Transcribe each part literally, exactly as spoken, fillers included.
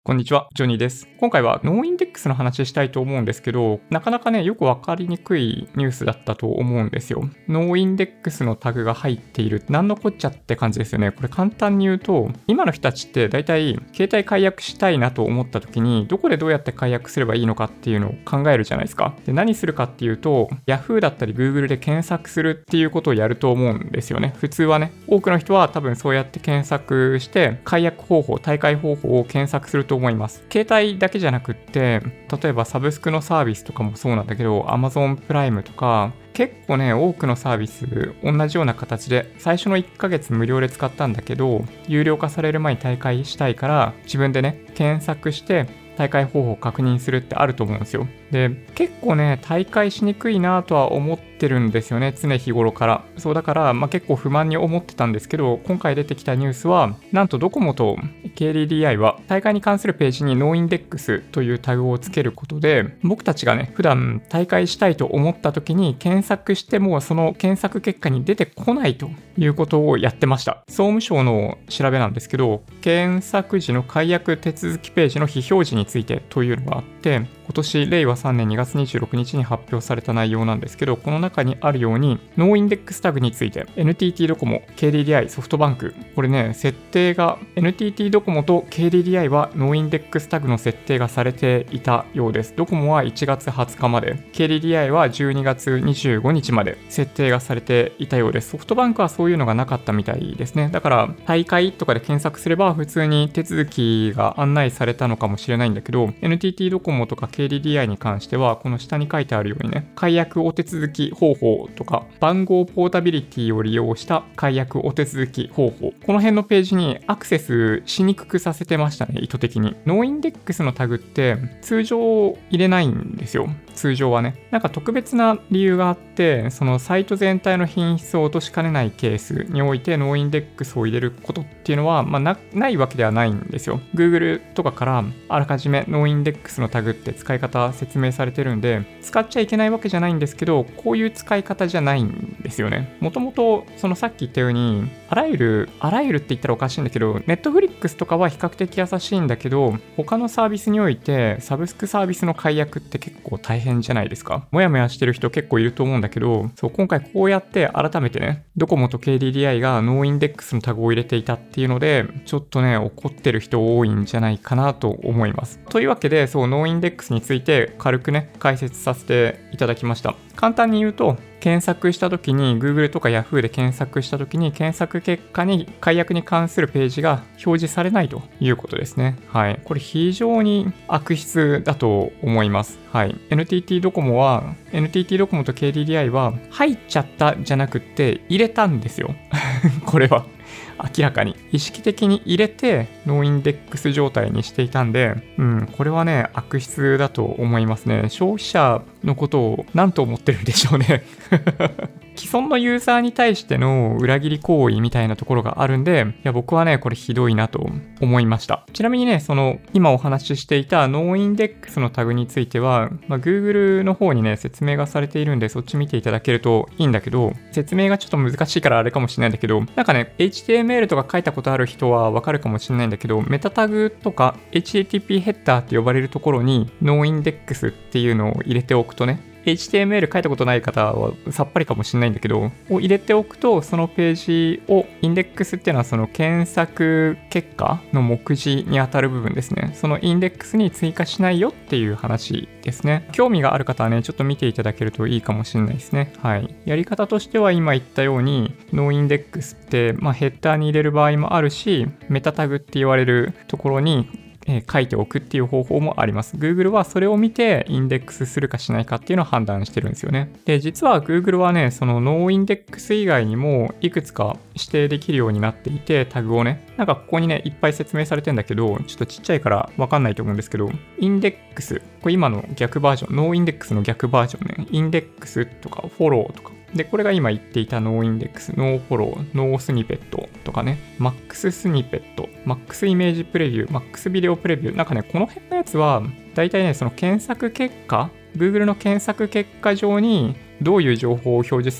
こんにちは、ジョニーです。今回はノーインデックスの話したいと思うんですけど、なかなかね、よくわかりにくいニュースだったと思うんですよ。ノーインデックスのタグが入っている。なんのこっちゃって感じですよね。これ簡単に言うと、今の人たちって大体、携帯解約したいなと思った時に、どこでどうやって解約すればいいのかっていうのを考えるじゃないですか。で、何するかっていうと、Yahoo だったり Google で検索するっていうことをやると思うんですよね。普通はね。多くの人は多分そうやって検索して、解約方法、退会方法を検索すると思います。携帯だけじゃなくって、例えばサブスクのサービスとかもそうなんだけど、Amazon プライムとか、結構ね、多くのサービス、同じような形で、最初のいっかげつ無料で使ったんだけど、有料化される前に退会したいから、自分でね、検索して、退会方法を確認するってあると思うんですよ。で、結構ね、退会しにくいなとは思ってるんですよね、常日頃から。そうだから、まあ、結構不満に思ってたんですけど、今回出てきたニュースは、なんとドコモと ケーディーディーアイ は、退会に関するページにノーインデックスというタグをつけることで、僕たちがね、普段退会したいと思った時に検索しても、その検索結果に出てこないということをやってました。総務省の調べなんですけど、検索時の解約手続きページの非表示についてというのがあって、今年れいわさんねんにがつにじゅうろくにちに発表された内容なんですけど、この中にあるように、ノーインデックスタグについて、エヌティーティー ドコモ、ケーディーディーアイ、ソフトバンク、これね、設定が、エヌティーティー ドコモと ケーディーディーアイ はノーインデックスタグの設定がされていたようです。ドコモはいちがつはつかまで、ケーディーディーアイ はじゅうにがつにじゅうごにちまで設定がされていたようです。ソフトバンクはそういうのがなかったみたいですね。だから、大会とかで検索すれば、普通に手続きが案内されたのかもしれないんだけど、エヌティーティー ドコモとか ケーディーディーアイ に関しては、この下に書いてあるようにね、解約お手続き方法とか、番号ポータビリティを利用した解約お手続き方法。この辺のページにアクセスしにくくさせてましたね、意図的に。ノーインデックスのタグって通常入れないんですよ。通常はね。なんか特別な理由があって、そのサイト全体の品質を落としかねないケースにおいてノーインデックスを入れることっていうのは、まあ、な, ないわけではないんですよ。Google とかからあらかじめノーインデックスのタグって使い方説明されてるんで、使っちゃいけないわけじゃないんですけど、こういう使い方じゃないんですよね。もともと、そのさっき言ったように、あらゆる、あらゆるって言ったらおかしいんだけど、Netflix とかは比較的優しいんだけど、他のサービスにおいて、サブスクサービスの解約って結構大変じゃないですか。もやもやしてる人結構いると思うんだけど、そう、今回こうやって改めてね、ドコモと ケーディーディーアイ がノーインデックスのタグを入れていたっていうので、ちょっとね、怒ってる人多いんじゃないかなと思います。というわけで、そう、ノーインデックスについて軽くね、解説させていただきました。簡単に言うと、検索した時に Google とか Yahoo で検索した時に検索結果に解約に関するページが表示されないということですね。はい。これ非常に悪質だと思います。はい。エヌティーティー ドコモは、エヌティーティー ドコモと ケーディーディーアイ は入っちゃったじゃなくって入れたんですよ。これは。明らかに意識的に入れてノーインデックス状態にしていたんで、うん、これはね、悪質だと思いますね。消費者のことを何と思ってるんでしょうね。既存のユーザーに対しての裏切り行為みたいなところがあるんで、いや僕はね、これひどいなと思いました。ちなみにね、その今お話ししていたノーインデックスのタグについては、まあ、Google の方にね、説明がされているんで、そっち見ていただけるといいんだけど、説明がちょっと難しいからあれかもしれないんだけど、なんかね、エイチティーエムエル とか書いたことある人はわかるかもしれないんだけど、メタタグとか エイチティーティーピー ヘッダーって呼ばれるところにノーインデックスっていうのを入れておくとね、エイチティーエムエル 書いたことない方はさっぱりかもしれないんだけど、を入れておくと、そのページを、インデックスっていうのはその検索結果の目次に当たる部分ですね。そのインデックスに追加しないよっていう話ですね。興味がある方はね、ちょっと見ていただけるといいかもしれないですね。はい。やり方としては今言ったように、ノーインデックスって、まあ、ヘッダーに入れる場合もあるし、メタタグって言われるところに、えー、書いておくっていう方法もあります。Google はそれを見てインデックスするかしないかっていうのを判断してるんですよね。で、実は Google はね、そのノーインデックス以外にもいくつか指定できるようになっていて、タグをね、なんかここにね、いっぱい説明されてんだけど、ちょっとちっちゃいからわかんないと思うんですけど、インデックス、これ今の逆バージョン、ノーインデックスの逆バージョンね、インデックスとかフォローとか、で、これが今言っていたノーインデックス、ノーフォロー、ノースニペットとかね、マックススニペット、マックスイメージプレビュー、マックスビデオプレビュー、なんかね、この辺のやつは、だいたいね、その検索結果、Google の検索結果上にどういう情報を表示するかって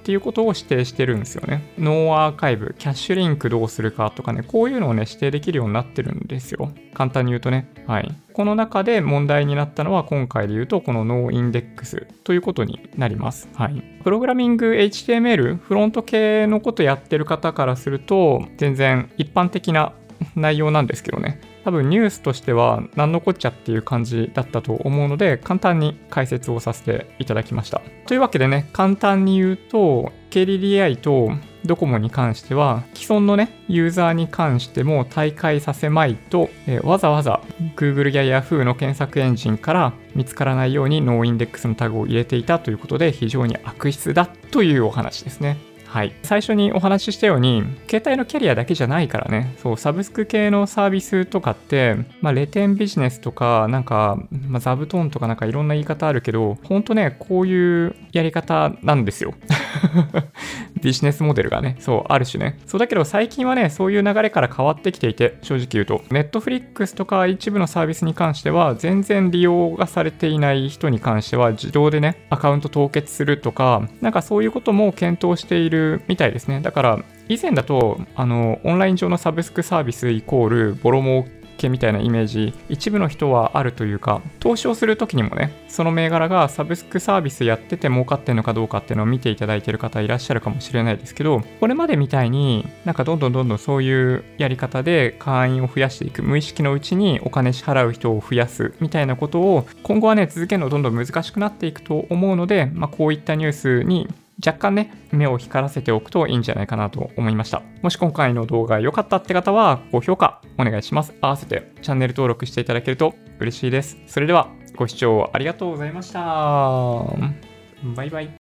っていうことを指定してるんですよね。ノーアーカイブ、キャッシュリンクどうするかとかね、こういうのをね、指定できるようになってるんですよ。簡単に言うとね。はい。この中で問題になったのは今回で言うとこのノーインデックスということになります。はい。プログラミング エイチティーエムエル、フロント系のことやってる方からすると全然一般的な内容なんですけどね。多分ニュースとしては何のこっちゃっていう感じだったと思うので簡単に解説をさせていただきました。というわけでね、簡単に言うと ケーディーディーアイ とドコモに関しては既存のねユーザーに関しても退会させまいと、えー、わざわざ Google や Yahoo の検索エンジンから見つからないようにノーインデックスのタグを入れていたということで非常に悪質だというお話ですね。はい、最初にお話ししたように携帯のキャリアだけじゃないからね、そうサブスク系のサービスとかって、まあ、レテンビジネスとかなんか、まあ、座布団とかなんかいろんな言い方あるけどほんとねこういうやり方なんですよビジネスモデルがねそうある種ね。そうだけど最近はねそういう流れから変わってきていて、正直言うと Netflix とか一部のサービスに関しては全然利用がされていない人に関しては自動でねアカウント凍結するとかなんかそういうことも検討しているみたいですね。だから以前だとあのオンライン上のサブスクサービスイコールボロ儲けみたいなイメージ一部の人はあるというか、投資をするときにもねその銘柄がサブスクサービスやってて儲かってるのかどうかっていうのを見ていただいている方いらっしゃるかもしれないですけど、これまでみたいになんかどんどんどんどんそういうやり方で会員を増やしていく、無意識のうちにお金支払う人を増やすみたいなことを今後はね続けるのどんどん難しくなっていくと思うので、まあ、こういったニュースに若干ね目を光らせておくといいんじゃないかなと思いました。もし今回の動画良かったって方は高評価お願いします。合わせてチャンネル登録していただけると嬉しいです。それではご視聴ありがとうございました。バイバイ。